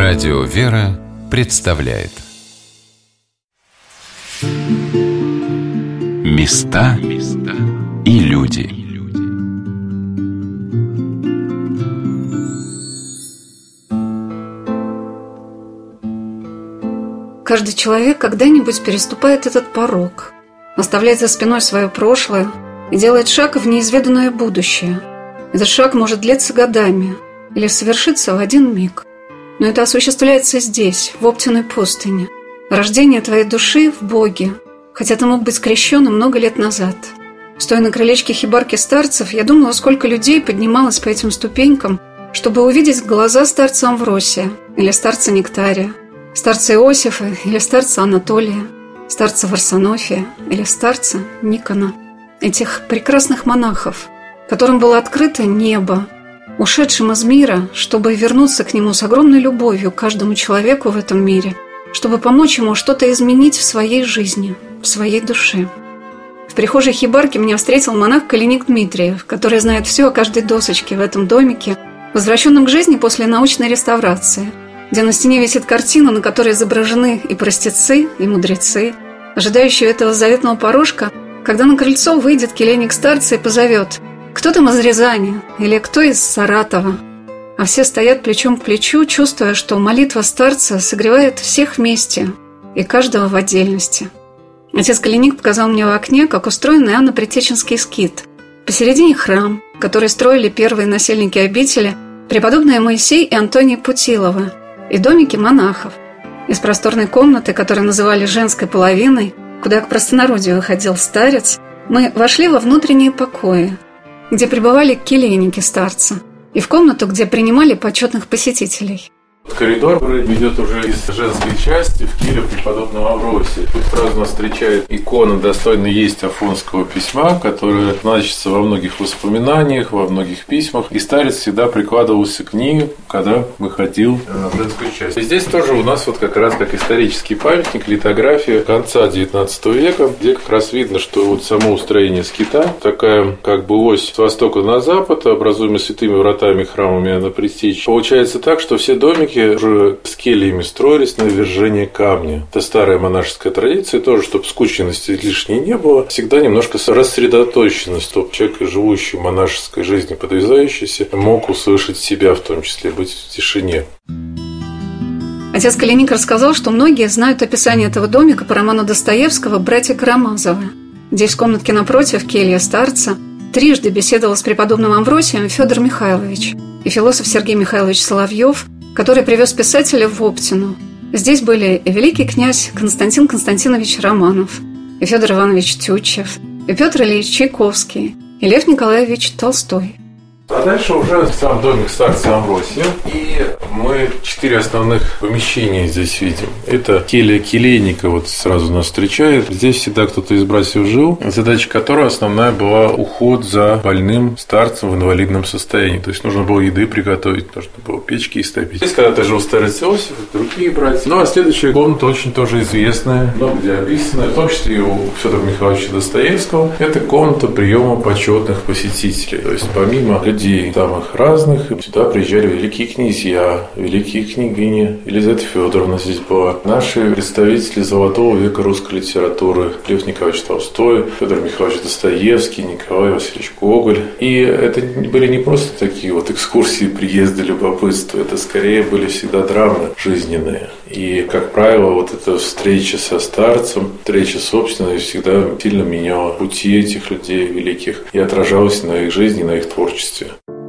Радио «Вера» представляет Места и люди. Каждый человек когда-нибудь переступает этот порог, оставляет за спиной свое прошлое и делает шаг в неизведанное будущее. Этот шаг может длиться годами или совершиться в один миг. Но это осуществляется здесь, в Оптиной пустыне. Рождение твоей души в Боге, хотя ты мог быть крещен много лет назад. Стоя на крылечке хибарки старцев, я думала, сколько людей поднималось по этим ступенькам, чтобы увидеть глаза старца Амвросия или старца Нектария, старца Иосифа или старца Анатолия, старца Варсонофия или старца Никона. Этих прекрасных монахов, которым было открыто небо, ушедшим из мира, чтобы вернуться к нему с огромной любовью к каждому человеку в этом мире, чтобы помочь ему что-то изменить в своей жизни, в своей душе. В прихожей хибарки меня встретил монах Калиник Дмитриев, который знает все о каждой досочке в этом домике, возвращенном к жизни после научной реставрации, где на стене висит картина, на которой изображены и простецы, и мудрецы, ожидающие этого заветного порожка, когда на крыльцо выйдет келейник старца и позовет: «Кто там из Рязани?» или «Кто из Саратова?» А все стоят плечом к плечу, чувствуя, что молитва старца согревает всех вместе и каждого в отдельности. Отец Калиник показал мне в окне, как устроен Иоанно-Предтеченский скит. Посередине храм, который строили первые насельники обители, преподобные Моисей и Антоний Путиловы, и домики монахов. Из просторной комнаты, которую называли женской половиной, куда к простонародью выходил старец, мы вошли во внутренние покои, где пребывали келейники старца, и в комнату, где принимали почетных посетителей. Коридор ведет уже из женской части в келью преподобного Амвросия. Тут сразу нас встречает икона, достойная есть Афонского письма, которая значится во многих воспоминаниях, во многих письмах. И старец всегда прикладывался к ней, когда выходил в женскую часть. И здесь тоже у нас вот как раз как исторический памятник, литография конца XIX века, где как раз видно, что вот само устроение скита, такая как бы ось с востока на запад, образуемая святыми вратами храмами Иоанна-Предтечи. Получается так, что все домики уже с кельями строились на вержение камня. Это старая монашеская традиция, тоже, чтобы скученности лишней не было. Всегда немножко рассредоточенность, чтобы человек, живущий в монашеской жизни, подвязающийся, мог услышать себя, в том числе, быть в тишине. Отец Калиник рассказал, что многие знают описание этого домика по роману Достоевского «Братья Карамазовы». Здесь, в комнатке напротив, келья старца, трижды беседовал с преподобным Амвросием Федор Михайлович и философ Сергей Михайлович Соловьев, который привез писателя в Оптину. Здесь были и великий князь Константин Константинович Романов, и Федор Иванович Тютчев, и Петр Ильич Чайковский, и Лев Николаевич Толстой. А дальше уже сам домик старца Амвросия, и мы 4 основных помещения здесь видим. Это келья келейника, вот сразу нас встречает. Здесь всегда кто-то из братьев жил, задача которой основная была уход за больным старцем в инвалидном состоянии. То есть нужно было еды приготовить, нужно было печки истопить. Здесь когда-то жил старец Иосиф, и другие братья. Ну а следующая комната очень тоже известная, много где описанная, в том числе и у Федора Михайловича Достоевского. Это комната приема почетных посетителей. То есть помимо людей самых разных, сюда приезжали великие князья, великие княгини. Елизавета Федоровна здесь была. Наши представители золотого века русской литературы: Лев Николаевич Толстой, Федор Михайлович Достоевский, Николай Васильевич Гоголь. И это были не просто такие вот экскурсии, приезды, любопытства. Это скорее были всегда драмы жизненные. И, как правило, вот эта встреча со старцем, встреча с собственной всегда сильно меняла пути этих людей великих и отражалась на их жизни, на их творчестве.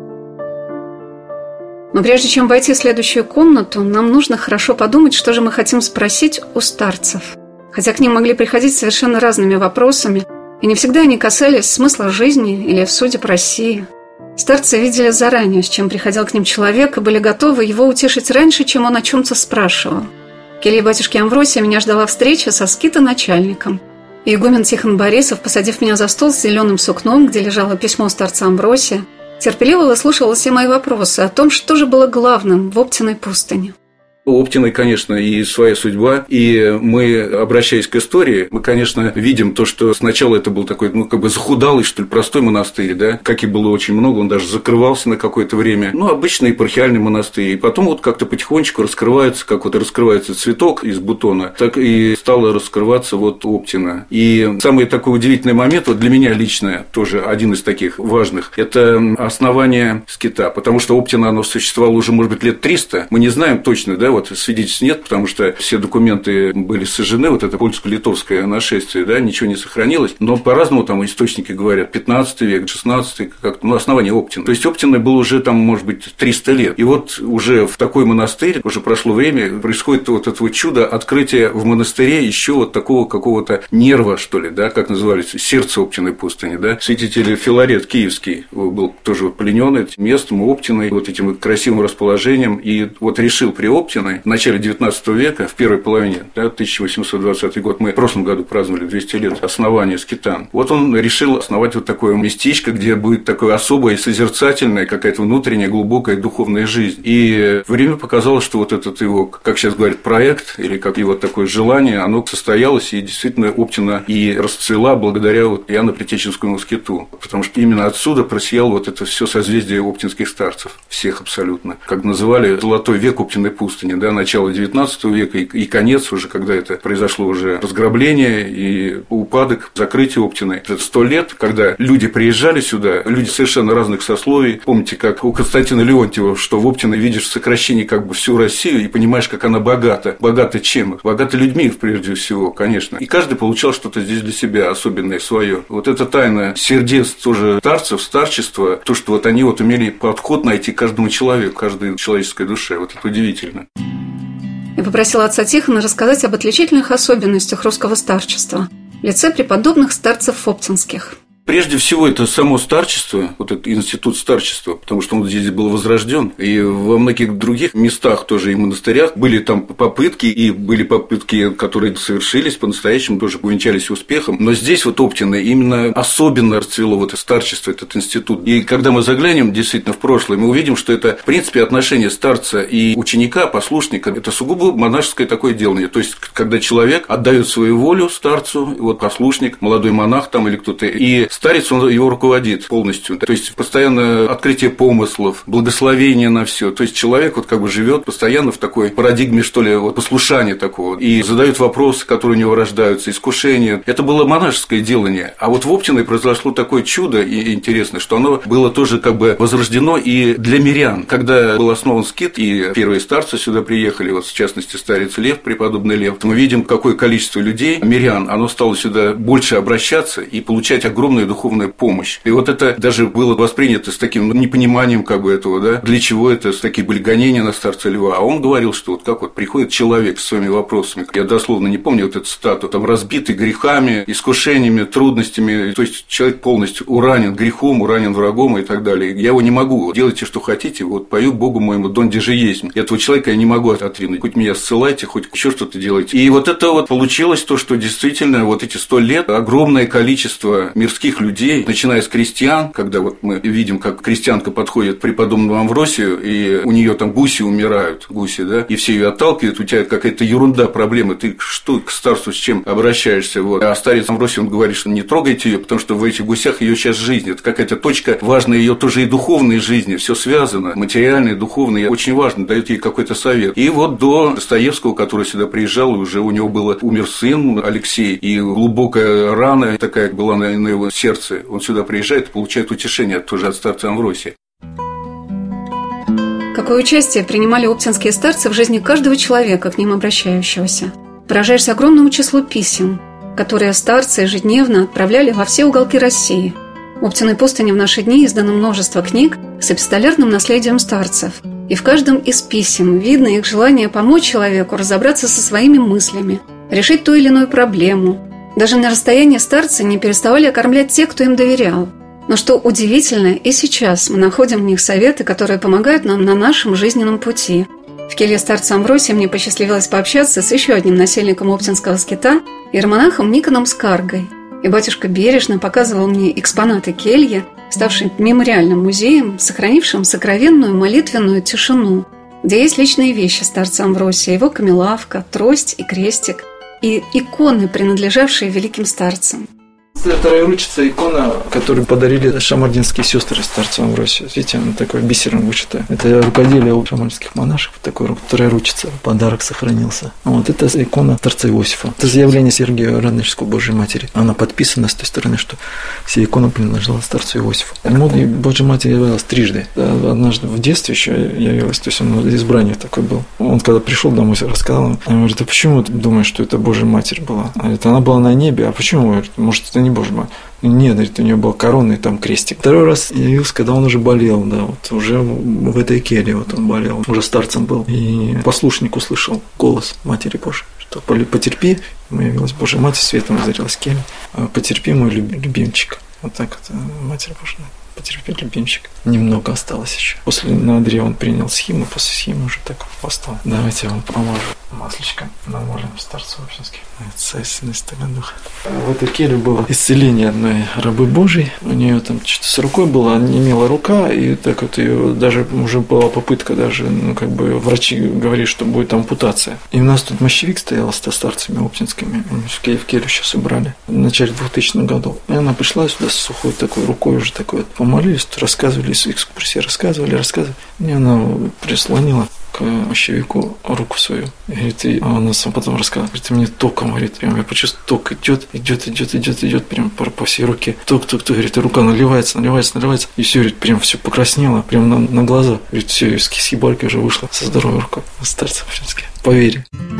Но прежде чем войти в следующую комнату, нам нужно хорошо подумать, что же мы хотим спросить у старцев. Хотя к ним могли приходить совершенно разными вопросами, и не всегда они касались смысла жизни или судеб России. Старцы видели заранее, с чем приходил к ним человек, и были готовы его утешить раньше, чем он о чем-то спрашивал. В келье батюшки Амвросия меня ждала встреча со скитоначальником. И игумен Тихон Борисов, посадив меня за стол с зеленым сукном, где лежало письмо старца Амвросия, терпеливо выслушивал все мои вопросы о том, что же было главным в Оптиной пустыне. У Оптиной, конечно, и своя судьба, и мы, обращаясь к истории, мы, конечно, видим то, что сначала это был такой, захудалый, что ли, простой монастырь, да, как и было очень много, он даже закрывался на какое-то время, обычный епархиальный монастырь, и потом вот как-то потихонечку раскрывается, как вот раскрывается цветок из бутона, так и стало раскрываться вот Оптина. И самый такой удивительный момент, вот для меня лично тоже один из таких важных, это основание скита, потому что Оптина, оно существовало уже, может быть, лет 300, мы не знаем точно, да, вот свидетельств нет, потому что все документы были сожжены, вот это польско-литовское нашествие, да, ничего не сохранилось, но по-разному там источники говорят, 15 век, 16, как-то, основание Оптина. То есть Оптина было уже там, может быть, 300 лет. И вот уже в такой монастырь, уже прошло время, происходит вот это вот чудо открытия в монастыре еще вот такого какого-то нерва, что ли, да, как назывались, сердце Оптиной пустыни, да. Святитель Филарет Киевский был тоже пленен этим местом, Оптиной, вот этим красивым расположением, и вот решил при Оптиной в начале 19 века, в первой половине, да, 1820 год, мы в прошлом году праздновали 200 лет основания скита. Вот он решил основать вот такое местечко, где будет такое особое, созерцательное, какая-то внутренняя, глубокая духовная жизнь. И время показало, что вот этот его, как сейчас говорят, проект, или как его такое желание, оно состоялось, и действительно Оптина и расцвела благодаря вот Иоанно-Предтеченскому скиту, потому что именно отсюда просиял вот это все созвездие оптинских старцев, всех абсолютно. Как называли золотой век Оптиной пустыни, да, начало 19 века и конец уже, когда это произошло уже разграбление и упадок, закрытие Оптиной. Это 100 лет, когда люди приезжали сюда, люди совершенно разных сословий. Помните, как у Константина Леонтьева, что в Оптиной видишь сокращение как бы всю Россию и понимаешь, как она богата. Богата чем? Богата людьми, прежде всего, конечно. И каждый получал что-то здесь для себя особенное, свое. Вот эта тайна сердец тоже старцев, старчества, то, что вот они вот умели подход найти каждому человеку, каждой человеческой душе. Вот это удивительно. Я попросила отца Тихона рассказать об отличительных особенностях русского старчества в лице преподобных старцев оптинских. Прежде всего, это само старчество, вот этот институт старчества, потому что он здесь был возрожден, и во многих других местах тоже и монастырях были там попытки, и были попытки, которые совершились по-настоящему, тоже увенчались успехом, но здесь вот Оптина именно особенно расцвело вот это старчество, этот институт. И когда мы заглянем действительно в прошлое, мы увидим, что это, в принципе, отношение старца и ученика, послушника, это сугубо монашеское такое делание, то есть, когда человек отдает свою волю старцу, вот послушник, молодой монах там или кто-то, и старец, он его руководит полностью. То есть постоянно открытие помыслов, благословение на все. То есть человек вот как бы живет постоянно в такой парадигме, что ли, вот послушания такого. И задает вопросы, которые у него рождаются, искушения. Это было монашеское делание. А вот в Оптиной произошло такое чудо и интересное, что оно было тоже как бы возрождено и для мирян. Когда был основан скит, и первые старцы сюда приехали, вот в частности старец Лев, преподобный Лев, мы видим, какое количество людей, мирян, оно стало сюда больше обращаться и получать огромную духовная помощь. И вот это даже было воспринято с таким непониманием как бы этого, да, для чего это, такие были гонения на старца Льва. А он говорил, что вот как вот приходит человек с своими вопросами, я дословно не помню вот эту цитату, там разбитый грехами, искушениями, трудностями, то есть человек полностью уранен грехом, уранен врагом и так далее. Я его не могу, делайте, что хотите, вот пою Богу моему, донде же есть. Этого человека я не могу отвинуть, хоть меня ссылайте, хоть еще что-то делайте. И вот это вот получилось то, что действительно вот эти 100 лет огромное количество мирских людей, начиная с крестьян, когда вот мы видим, как крестьянка подходит к преподобному Амвросию, и у нее там гуси умирают, да, и все ее отталкивают, у тебя какая-то ерунда, проблемы, ты что к старцу с чем обращаешься, вот. А старец Амвросий, он говорит, что не трогайте ее, потому что в этих гусях ее сейчас жизнь, это какая-то точка важная ее тоже и духовной жизни, все связано, материальное, духовное, очень важно, дает ей какой-то совет. И вот до Достоевского, который сюда приезжал, уже у него умер сын Алексей, и глубокая рана такая была на его сердце, он сюда приезжает и получает утешение тоже от старца Амвросия. Какое участие принимали оптинские старцы в жизни каждого человека, к ним обращающегося? Поражаешься огромному числу писем, которые старцы ежедневно отправляли во все уголки России. В Оптиной пустыне в наши дни издано множество книг с эпистолярным наследием старцев. И в каждом из писем видно их желание помочь человеку разобраться со своими мыслями, решить ту или иную проблему. Даже на расстоянии старцы не переставали окормлять тех, кто им доверял. Но что удивительно, и сейчас мы находим в них советы, которые помогают нам на нашем жизненном пути. В келье старца Амвросия мне посчастливилось пообщаться с еще одним насельником оптинского скита, иеромонахом Никоном Скаргой. И батюшка бережно показывал мне экспонаты кельи, ставшие мемориальным музеем, сохранившим сокровенную молитвенную тишину, где есть личные вещи старца Амвросия, его камелавка, трость и крестик, и иконы, принадлежавшие великим старцам. Троеручица икона, которую подарили шамардинские сестры старцу Амвросию. Видите, она такой бисером вышитая. Это рукоделие у шамардинских монашек. Такой троеручица. Подарок сохранился. Вот это икона старца Иосифа. Это заявление Сергия Радонежского Божьей Матери. Она подписана с той стороны, что все иконы принадлежала старцу Иосифу. Ему Божья Матерь являлась трижды. Однажды в детстве еще явилась, то есть он избрание такой был. Он когда пришел домой, рассказал, он говорит: а почему ты думаешь, что это Божья Матерь была? Говорит, она была на небе, а почему? Говорит, может, это не Божья Матерь? Нет, говорит, у нее была корона и там крестик. Второй раз явился, когда он уже болел, да, вот уже в этой келье вот он болел, уже старцем был. И послушник услышал голос Матери Божией, что потерпи, ему явилась Божья Матерь, светом озарилась келья, потерпи, мой любимчик. Вот так вот Матерь Божья. Потерпи, любимчик. Немного осталось еще. После на Андрея он принял схиму, после схимы уже так постал. Давайте я вам поможу масличком намоленным старцу общинским. Отца и Сына и Святого Духа. В этой келье было исцеление одной рабы Божьей. У нее там что-то с рукой было, не имела рука, и так вот ее даже уже была попытка, даже, врачи говорили, что будет ампутация. И у нас тут мощевик стоял с старцами оптинскими, в келью сейчас убрали в начале 2000-х годов. И она пришла сюда с сухой такой рукой уже такой вот. Помолились, рассказывали, экскурсии рассказывали. И она прислонила к мощевику руку свою. И она сам потом рассказала, говорит, мне током, говорит, прям я почувствовал, ток идет прям по всей руке. Ток, говорит, и рука наливается. И все, говорит, прям все покраснело, прям на глаза. Говорит, все, из кисибальки уже вышла со здоровой рукой. Старцы общинские. Поверь.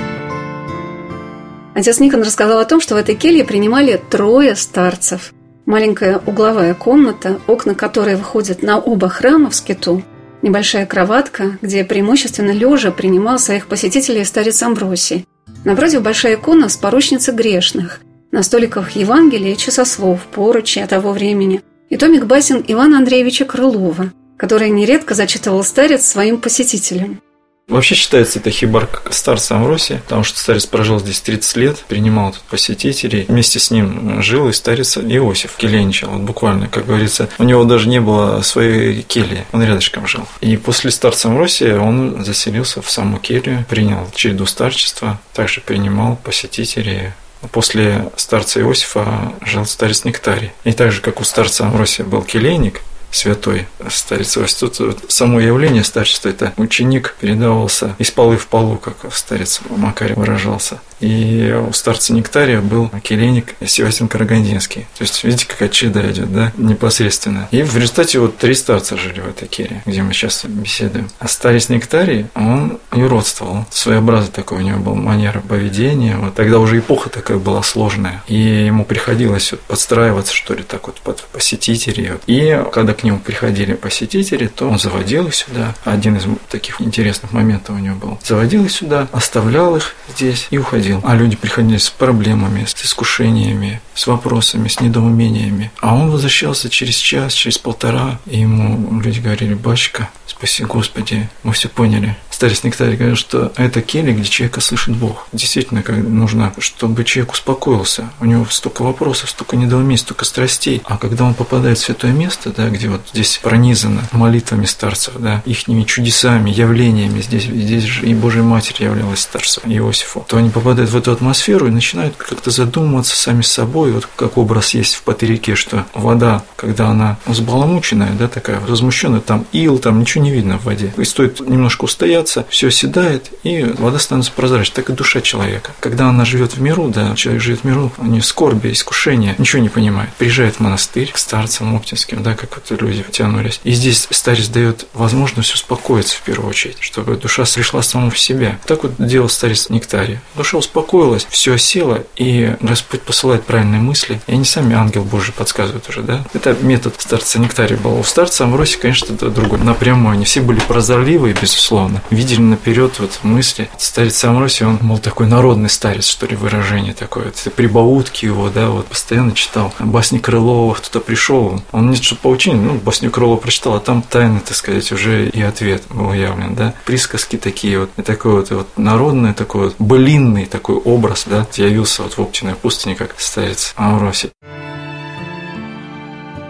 Отец Никон рассказал о том, что в этой келье принимали 3 старцев. Маленькая угловая комната, окна которой выходят на оба храма в скиту, небольшая кроватка, где преимущественно лежа принимал своих посетителей старец Амвросий. Напротив большая икона с поручницей грешных, на столиках Евангелия и часослов, поручи того времени, и томик басен Ивана Андреевича Крылова, который нередко зачитывал старец своим посетителям. Вообще считается это хибарк старца Амвросия, потому что старец прожил здесь 30 лет, принимал тут посетителей. Вместе с ним жил и старец Иосиф, келейничал. Вот буквально, как говорится, у него даже не было своей кельи, он рядышком жил. И после старца Амвросия он заселился в саму келью, принял череду старчества, также принимал посетителей. После старца Иосифа жил старец Нектарий. И так же, как у старца Амвросия был келейник, святой старец Иосиф. Тут само явление старчества – это ученик передавался из полы в полу, как старец Макарий выражался. И у старца Нектария был келейник Севастьян Карагандинский. То есть, видите, какая череда идет, да, непосредственно. И в результате вот 3 старца жили в этой келье, где мы сейчас беседуем. А старец Нектарий, он юродствовал. Своеобразный такой у него был манера поведения. Вот тогда уже эпоха такая была сложная. И ему приходилось вот подстраиваться, что ли, так вот под посетителей. И когда к нему приходили посетители, то он заводил их сюда. Один из таких интересных моментов у него был. Заводил их сюда, оставлял их здесь и уходил. А люди приходили с проблемами, с искушениями, с вопросами, с недоумениями. А он возвращался через час, через полтора, и ему люди говорили: «Батюшка, спаси Господи, мы все поняли». Старец Нектарий говорил, что это келья, где человека слышит Бог. Действительно, нужно, чтобы человек успокоился. У него столько вопросов, столько недоумений, столько страстей. А когда он попадает в святое место, да, где вот здесь пронизано молитвами старцев, да, ихними чудесами, явлениями, здесь же и Божья Матерь являлась старцу Иосифу, то они попадают в эту атмосферу и начинают как-то задумываться сами с собой. Вот как образ есть в Патерике, что вода, когда она взбаламученная, да, такая возмущенная, там ил, там ничего не видно в воде. И стоит немножко устояться, все оседает, и вода становится прозрачной. Так и душа человека. Когда она живет в миру, да, человек живет в миру, у него скорби, искушения, ничего не понимает. Приезжает в монастырь к старцам оптинским, да, как вот люди тянулись. И здесь старец дает возможность успокоиться в первую очередь, чтобы душа пришла сама в себя. Так вот делал старец Нектарий. Душа успокоилась, все осело, и Господь посылает правильные мысли, и они сами, ангел Божий, подсказывают уже, да. Это метод старца Нектария был. У старца Амвросия, конечно, это другой. Напрямую они все были прозорливые, безусловно. Видели наперед вот мысли. Старец Амвросий, он был такой народный старец, что ли, выражение такое. Это прибаутки его, да, вот постоянно читал. Басни Крылова, кто-то пришел, он не что поучение, басню Крылова прочитал, а там тайны, так сказать, уже и ответ был явлен, да. Присказки такие вот, и такой вот народный, такой вот былинный такой образ, да, явился вот в Оптиной пустыне, как старец Амвросий.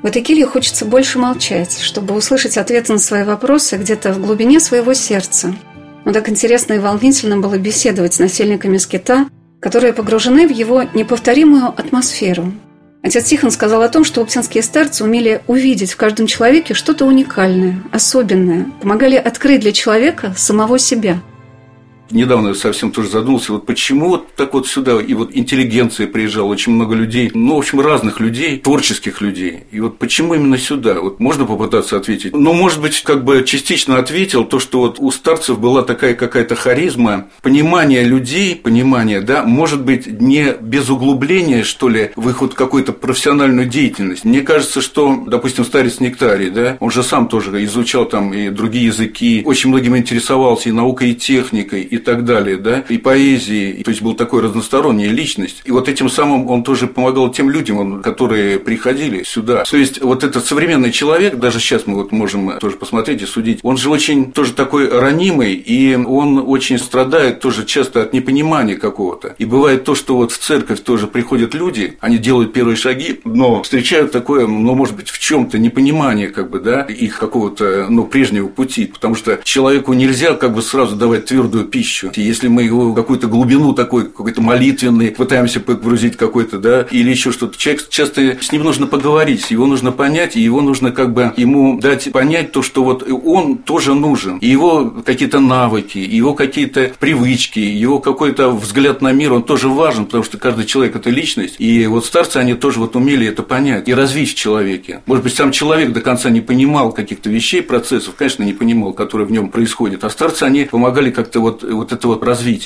В этой келье хочется больше молчать, чтобы услышать ответы на свои вопросы где-то в глубине своего сердца. Но так интересно и волнительно было беседовать с насельниками скита, которые погружены в его неповторимую атмосферу. Отец Тихон сказал о том, что оптинские старцы умели увидеть в каждом человеке что-то уникальное, особенное, помогали открыть для человека самого себя. Недавно я совсем тоже задумался, вот почему вот так вот сюда, и вот интеллигенция приезжала, очень много людей, ну, в общем, разных людей, творческих людей, и вот почему именно сюда, вот можно попытаться ответить, но, может быть, как бы частично ответил, то, что вот у старцев была такая какая-то харизма, понимание людей, понимание, да, может быть, не без углубления, что ли, в их вот какую-то профессиональную деятельность. Мне кажется, что, допустим, старец Нектарий, да, он же сам тоже изучал там и другие языки, очень многим интересовался и наукой, и техникой, и так далее, да, и поэзией, то есть был такой разносторонняя личность. И вот этим самым он тоже помогал тем людям, которые приходили сюда. То есть вот этот современный человек, даже сейчас мы вот можем тоже посмотреть и судить, он же очень тоже такой ранимый, и он очень страдает тоже часто от непонимания какого-то. И бывает то, что вот в церковь тоже приходят люди, они делают первые шаги, но встречают такое, ну, может быть, в чем-то непонимание, как бы, да, их какого-то, ну, прежнего пути, потому что человеку нельзя как бы сразу давать твердую пищу. Если мы его какую-то глубину такой, какой-то молитвенный, пытаемся погрузить какой-то, да, или еще что-то, человек часто с ним нужно поговорить, его нужно понять, и его нужно как бы ему дать понять то, что вот он тоже нужен, и его какие-то навыки, его какие-то привычки, его какой-то взгляд на мир, он тоже важен, потому что каждый человек – это личность, и вот старцы, они тоже вот умели это понять и развить в человеке. Может быть, сам человек до конца не понимал каких-то вещей, процессов, конечно, не понимал, которые в нем происходят, а старцы, они помогали как-то вот это вот развить.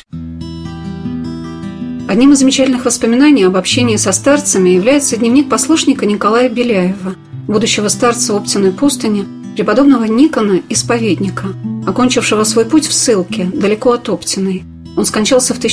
Одним из замечательных воспоминаний об общении со старцами является дневник послушника Николая Беляева, будущего старца Оптиной пустыни, преподобного Никона Исповедника, окончившего свой путь в ссылке, далеко от Оптиной. Он скончался в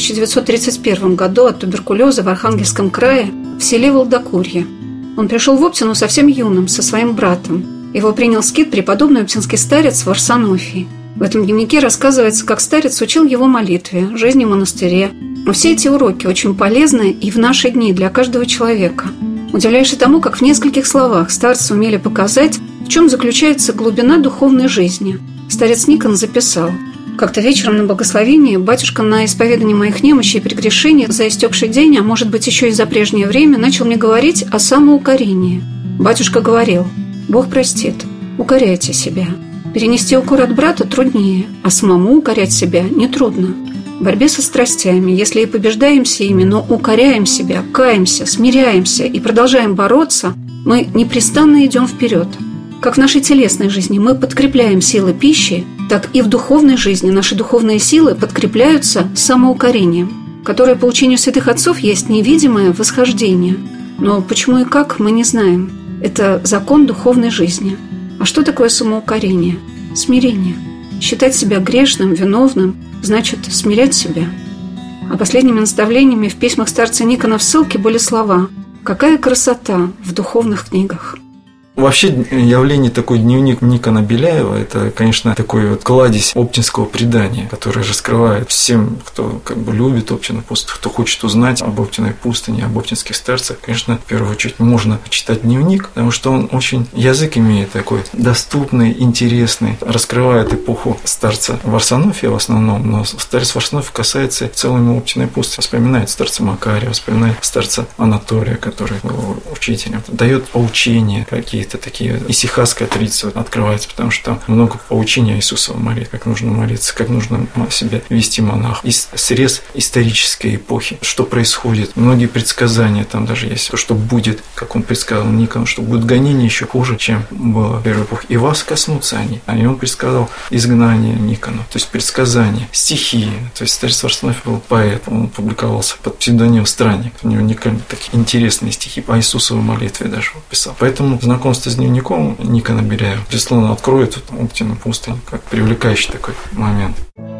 1931 году от туберкулеза в Архангельском крае в селе Волдокурье. Он пришел в Оптину совсем юным, со своим братом. Его принял скит преподобный оптинский старец Варсонофий. В этом дневнике рассказывается, как старец учил его молитве, жизни в монастыре. Но все эти уроки очень полезны и в наши дни для каждого человека. Удивляешься тому, как в нескольких словах старцы умели показать, в чем заключается глубина духовной жизни. Старец Никон записал: «Как-то вечером на богословении батюшка на исповедании моих немощей и прегрешений за истекший день, а может быть еще и за прежнее время, начал мне говорить о самоукорении. Батюшка говорил: Бог простит, укоряйте себя. Перенести укор от брата труднее, а самому укорять себя нетрудно. В борьбе со страстями, если и побеждаемся ими, но укоряем себя, каемся, смиряемся и продолжаем бороться, мы непрестанно идем вперед. Как в нашей телесной жизни мы подкрепляем силы пищи, так и в духовной жизни наши духовные силы подкрепляются самоукорением, которое по учению святых отцов есть невидимое восхождение. Но почему и как, мы не знаем. Это закон духовной жизни. А что такое самоукорение? Смирение. Считать себя грешным, виновным, значит смирять себя. А последними наставлениями в письмах старца Никона в ссылке были слова: «Какая красота в духовных книгах». Вообще, явление такой дневник Никона Беляева – это, конечно, такой вот кладезь оптинского предания, который раскрывает всем, кто как бы любит Оптину пустыню, кто хочет узнать об Оптиной пустыне, об оптинских старцах. Конечно, в первую очередь можно читать дневник, потому что он очень язык имеет такой доступный, интересный, раскрывает эпоху старца Варсонофия в основном, но старец Варсонофий касается целой Оптиной пустыни, вспоминает старца Макария, вспоминает старца Анатолия, который был учителем, дает поучения какие-то такие, исихасская традиция открывается, потому что там много поучения Иисусова молитвы, как нужно молиться, как нужно себя вести монах. И срез исторической эпохи, что происходит, многие предсказания там даже есть, то, что будет, как он предсказал Никону, что будет гонение еще хуже, чем было в первой эпохе, и вас коснутся они. И он предсказал изгнание Никона, то есть предсказания, стихи, то есть старец Варсонофий был поэт, он публиковался под псевдонимом Странник, у него уникальные такие интересные стихи по Иисусовой молитве даже писал. Поэтому знакомство с дневником Никона Беляева, безусловно, откроет Оптину пустыню как привлекающий такой момент.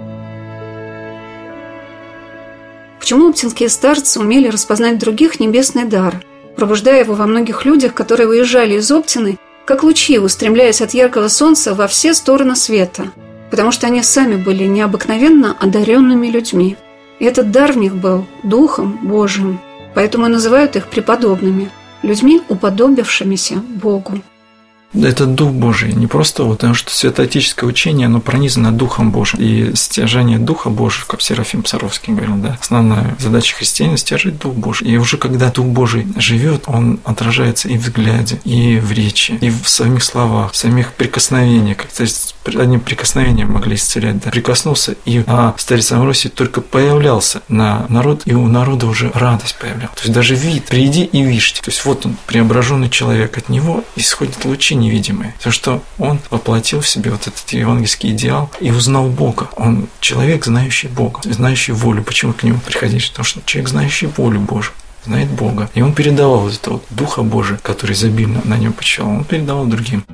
Почему оптинские старцы умели распознать в других небесный дар, пробуждая его во многих людях, которые выезжали из Оптины, как лучи, устремляясь от яркого солнца во все стороны света, потому что они сами были необыкновенно одаренными людьми. И этот дар в них был Духом Божиим, поэтому и называют их преподобными. людьми, уподобившимися Богу. Это Дух Божий, не просто потому что святоотеческое учение, оно пронизано Духом Божьим. И стяжание Духа Божьего, как Серафим Саровский говорил, да, основная задача христианина – стяжать Дух Божий. И уже когда Дух Божий живет, он отражается и в взгляде, и в речи, и в самих словах, в самих прикосновениях. То есть одним прикосновением могли исцелять, да. Прикоснулся, а старец Амвросий только появлялся на народ, и у народа уже радость появлялась. То есть даже вид, приди и вижте. То есть вот он, преображенный человек, от него исходят лучи невидимые. То, что он воплотил в себе вот этот евангельский идеал и узнал Бога. Он человек, знающий Бога, знающий волю. Почему к нему приходили? Потому что человек, знающий волю Божию, знает Бога. И он передавал вот это вот Духа Божия, который изобильно на нем почивал, он передавал другим.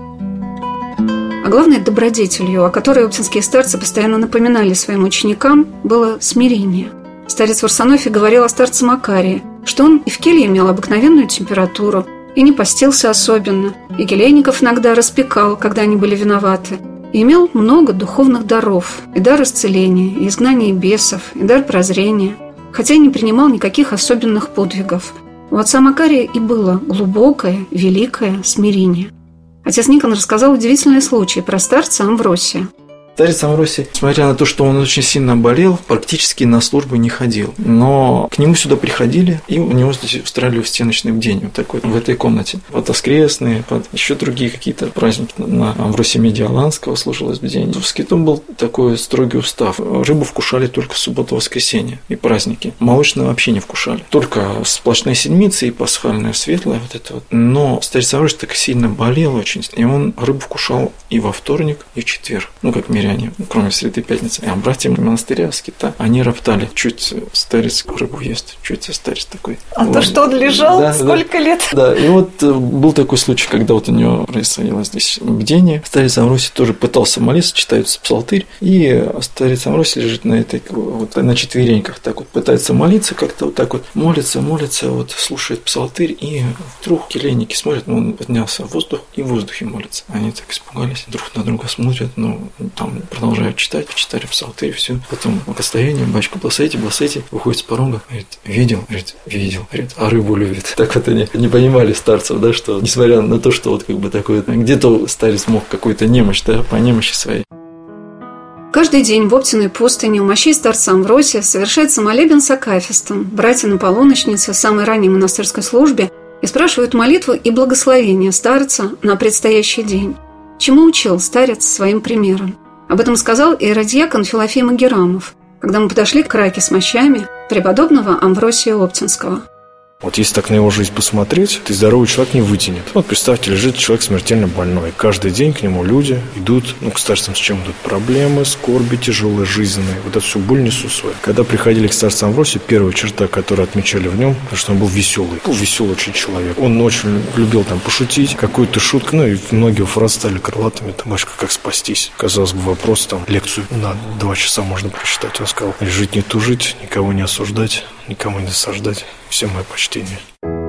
А главной добродетелью, о которой оптинские старцы постоянно напоминали своим ученикам, было смирение. Старец Варсонофий говорил о старце Макарии, что он и в келье имел обыкновенную температуру, и не постился особенно, и келейников иногда распекал, когда они были виноваты, и имел много духовных даров, и дар исцеления, и изгнания бесов, и дар прозрения, хотя и не принимал никаких особенных подвигов. У отца Макария и было глубокое, великое смирение. Отец Никон рассказал удивительный случай про старца Амвросия. Старец Амвросий, несмотря на то, что он очень сильно болел, практически на службу не ходил. Но к нему сюда приходили, и у него здесь устраивали всеночный бдень, вот такой, в этой комнате. Под воскресные, под еще другие какие-то праздники. На Амвросия Медиаланского служилось бдень. В Скиту был такой строгий устав. Рыбу вкушали только в субботу-воскресенье и праздники. Молочное вообще не вкушали. Только сплошные седмицы и пасхальное светлое вот это вот. Но старец Амвросий так сильно болел очень, и он рыбу вкушал и во вторник, и в четверг. Как миряне, кроме Святой Пятницы. А братья монастыря Скита, они роптали, чуть старец рыбу ест, чуть старец такой. А вот. То, что он лежал, да, сколько лет? Да, и вот был такой случай, когда вот у него происходило здесь бдение. Старец Амвросий тоже пытался молиться, читается псалтырь, и старец Амвросий лежит на этой, вот, на четвереньках, так вот пытается молиться, как-то вот так вот молится, вот слушает псалтырь, и вдруг келейники смотрят, он поднялся в воздух, и в воздухе молится. Они так испугались, друг на друга смотрят, там продолжают читать, почитали псалтырь, все. Потом благословение, батюшка, благословите, выходит с порога, говорит, видел, говорит, а рыбу любит. Так вот они не понимали старцев, да, что несмотря на то, что вот как бы такой, где-то старец мог какую-то немощь, да, по немощи своей. Каждый день в Оптиной пустыне у мощей старца Амвросия совершается молебен с акафистом. Братья на полуночнице в самой ранней монастырской службе и спрашивают молитву и благословение старца на предстоящий день. Чему учил старец своим примером? Об этом сказал иеродиакон Филофей Магерамов, когда мы подошли к раке с мощами преподобного Амвросия Оптинского. Вот если так на его жизнь посмотреть, ты здоровый человек не вытянет. Вот представьте, лежит человек смертельно больной. Каждый день к нему люди идут, к старцам с чем идут? Проблемы, скорби тяжелые, жизненные. Вот эту всю боль несут свою. Когда приходили к старцу Амвросию, первая черта, которую отмечали в нем, что он был веселый. Был веселый очень человек. Он очень любил там пошутить, какую-то шутку. И многие фразы стали крылатыми. Там, батюшка, как спастись? Казалось бы, вопрос, там, лекцию на 2 часа можно прочитать. Он сказал, жить не тужить, никого не осуждать, никому не досаждать. Всем мое почтение.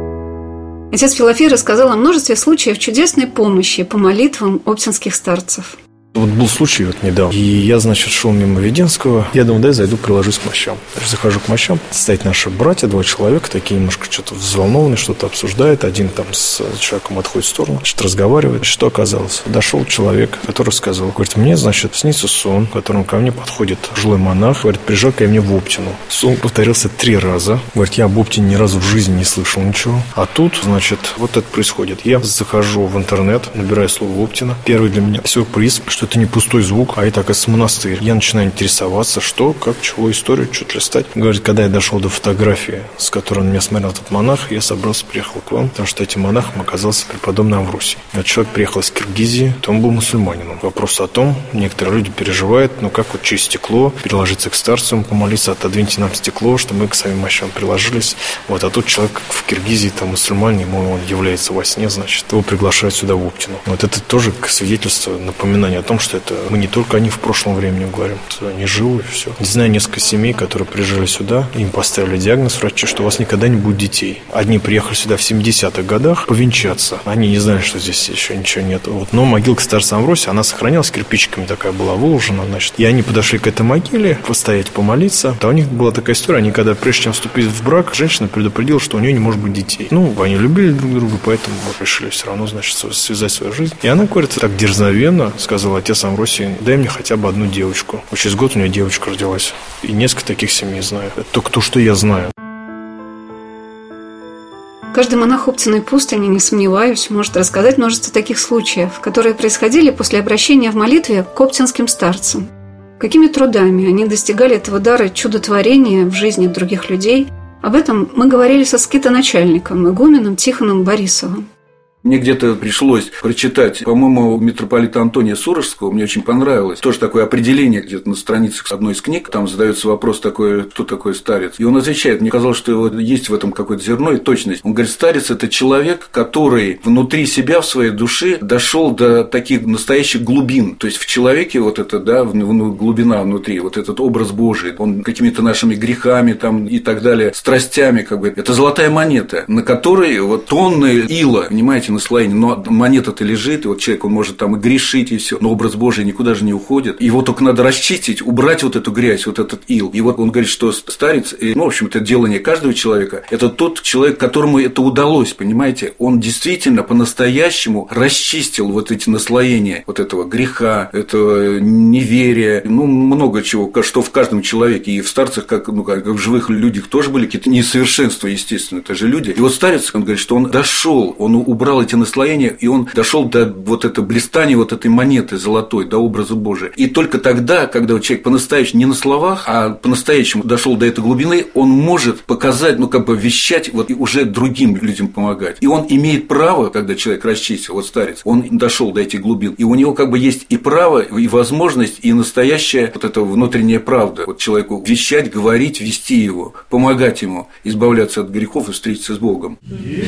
Отец Филофей рассказал о множестве случаев чудесной помощи по молитвам оптинских старцев. Вот был случай вот недавно, и я, шел мимо Веденского, я думаю, зайду, приложусь к мощам. Захожу к мощам, стоят наши братья, 2 человека, такие немножко что-то взволнованные, что-то обсуждают, один там с человеком отходит в сторону, что-то разговаривает. Что оказалось? Дошел человек, который сказал, говорит, мне, снится сон, в котором ко мне подходит пожилой монах, говорит, приезжай ко мне в Оптину. Сон повторился 3 раза, говорит, я об Оптине ни разу в жизни не слышал ничего, а тут, вот это происходит. Я захожу в интернет, набираю слово Оптина, первый для меня сюрприз, что это не пустой звук, а это, оказывается, монастырь. Я начинаю интересоваться, что, как, чего, историю, что-то листать. Говорит, когда я дошел до фотографии, с которой на меня смотрел этот монах, я собрался, приехал к вам, потому что этим монахом оказался преподобный Амвросий. Этот человек приехал из Киргизии, то он был мусульманином. Вопрос о том, некоторые люди переживают, как вот через стекло переложиться к старцу, помолиться, отодвиньте нам стекло, чтобы мы к своим мощам приложились. Вот, а тут человек в Киргизии, там мусульманин, ему он является во сне, его приглашают сюда в Оптину. Вот это тоже свидетельство, напоминание о том, что это мы не только о них в прошлом времени говорим, они живы, все. Знаю несколько семей, которые приезжали сюда, им поставили диагноз врачи, что у вас никогда не будет детей. Одни приехали сюда в 70-х годах повенчаться. Они не знали, что здесь еще ничего нет. Вот. Но могилка старца Амвросия, она сохранялась, кирпичиками такая была выложена, значит. И они подошли к этой могиле, постоять, помолиться. А у них была такая история, они когда, прежде чем вступить в брак, женщина предупредила, что у нее не может быть детей. Ну, они любили друг друга, поэтому решили все равно, значит, связать свою жизнь. И она, говорит, так дерзновенно сказала: отец Амвросий, дай мне хотя бы одну девочку. Вот через год у нее девочка родилась. И несколько таких семей знаю. Это только то, что я знаю. Каждый монах Оптиной пустыни, не сомневаюсь, может рассказать множество таких случаев, которые происходили после обращения в молитве к оптинским старцам. Какими трудами они достигали этого дара чудотворения в жизни других людей, об этом мы говорили со скитоначальником, игуменом Тихоном Борисовым. Мне где-то пришлось прочитать, по-моему, у митрополита Антония Суровского, мне очень понравилось. Тоже такое определение где-то на страницах одной из книг, там задается вопрос такой: кто такой старец? И он отвечает: мне казалось, что есть в этом какое-то зерно и точность. Он говорит: старец – это человек, который внутри себя, в своей душе дошел до таких настоящих глубин. То есть в человеке вот это, да, глубина внутри, вот этот образ Божий, он какими-то нашими грехами там и так далее, страстями, как бы. Это золотая монета, на которой вот тонны ила, понимаете, наслоение, но монета-то лежит, и вот человек, он может там и грешить, и все, но образ Божий никуда же не уходит. Его только надо расчистить, убрать вот эту грязь, вот этот ил. И вот он говорит, что старец, ну, в общем, это делание каждого человека, это тот человек, которому это удалось, понимаете, он действительно по-настоящему расчистил вот эти наслоения вот этого греха, этого неверия, ну, много чего, что в каждом человеке, и в старцах, как в живых людях тоже были какие-то несовершенства, естественно, это же люди. И вот старец, он говорит, что он дошел, он убрал эти наслоения, и он дошел до вот этого блистания вот этой монеты золотой, до образа Божия. И только тогда, когда человек по-настоящему, не на словах, а по-настоящему дошел до этой глубины, он может показать, ну, как бы вещать, вот, и уже другим людям помогать. И он имеет право, когда человек расчистил, вот старец, он дошел до этих глубин, и у него как бы есть и право, и возможность, и настоящая вот эта внутренняя правда, вот человеку вещать, говорить, вести его, помогать ему избавляться от грехов и встретиться с Богом.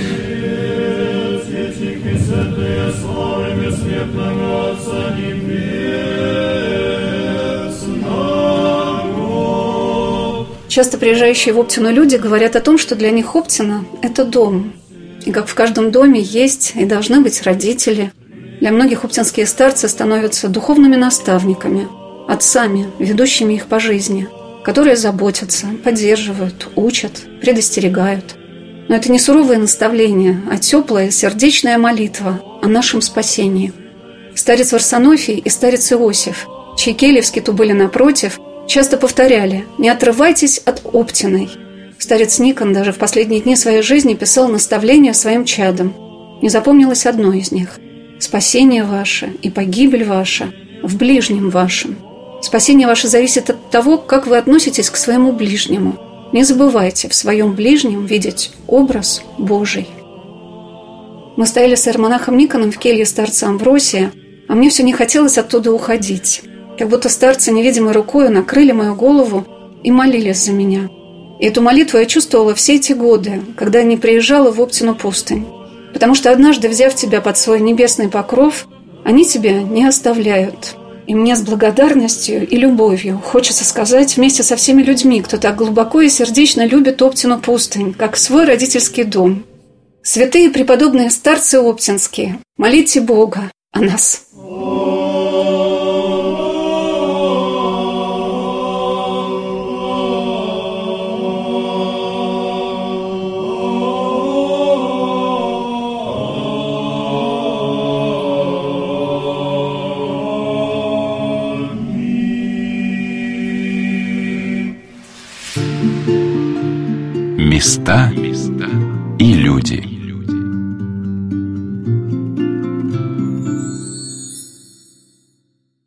Часто приезжающие в Оптину люди говорят о том, что для них Оптина – это дом. И как в каждом доме есть и должны быть родители. Для многих оптинские старцы становятся духовными наставниками, отцами, ведущими их по жизни, которые заботятся, поддерживают, учат, предостерегают. Но это не суровые наставления, а теплая сердечная молитва о нашем спасении. Старец Варсонофий и старец Иосиф, чьи кельи в скиту были напротив, часто повторяли: «Не отрывайтесь от Оптиной». Старец Никон даже в последние дни своей жизни писал наставления своим чадам. Не запомнилось одно из них: «Спасение ваше и погибель ваша в ближнем вашем». Спасение ваше зависит от того, как вы относитесь к своему ближнему. Не забывайте в своем ближнем видеть образ Божий. Мы стояли с иеромонахом Никоном в келье старца Амвросия, а мне все не хотелось оттуда уходить. Как будто старцы невидимой рукой накрыли мою голову и молились за меня. И эту молитву я чувствовала все эти годы, когда не приезжала в Оптину пустынь. Потому что однажды, взяв тебя под свой небесный покров, они тебя не оставляют. И мне с благодарностью и любовью хочется сказать вместе со всеми людьми, кто так глубоко и сердечно любит Оптину пустынь, как свой родительский дом: святые преподобные старцы оптинские, молите Бога о нас. Места и люди.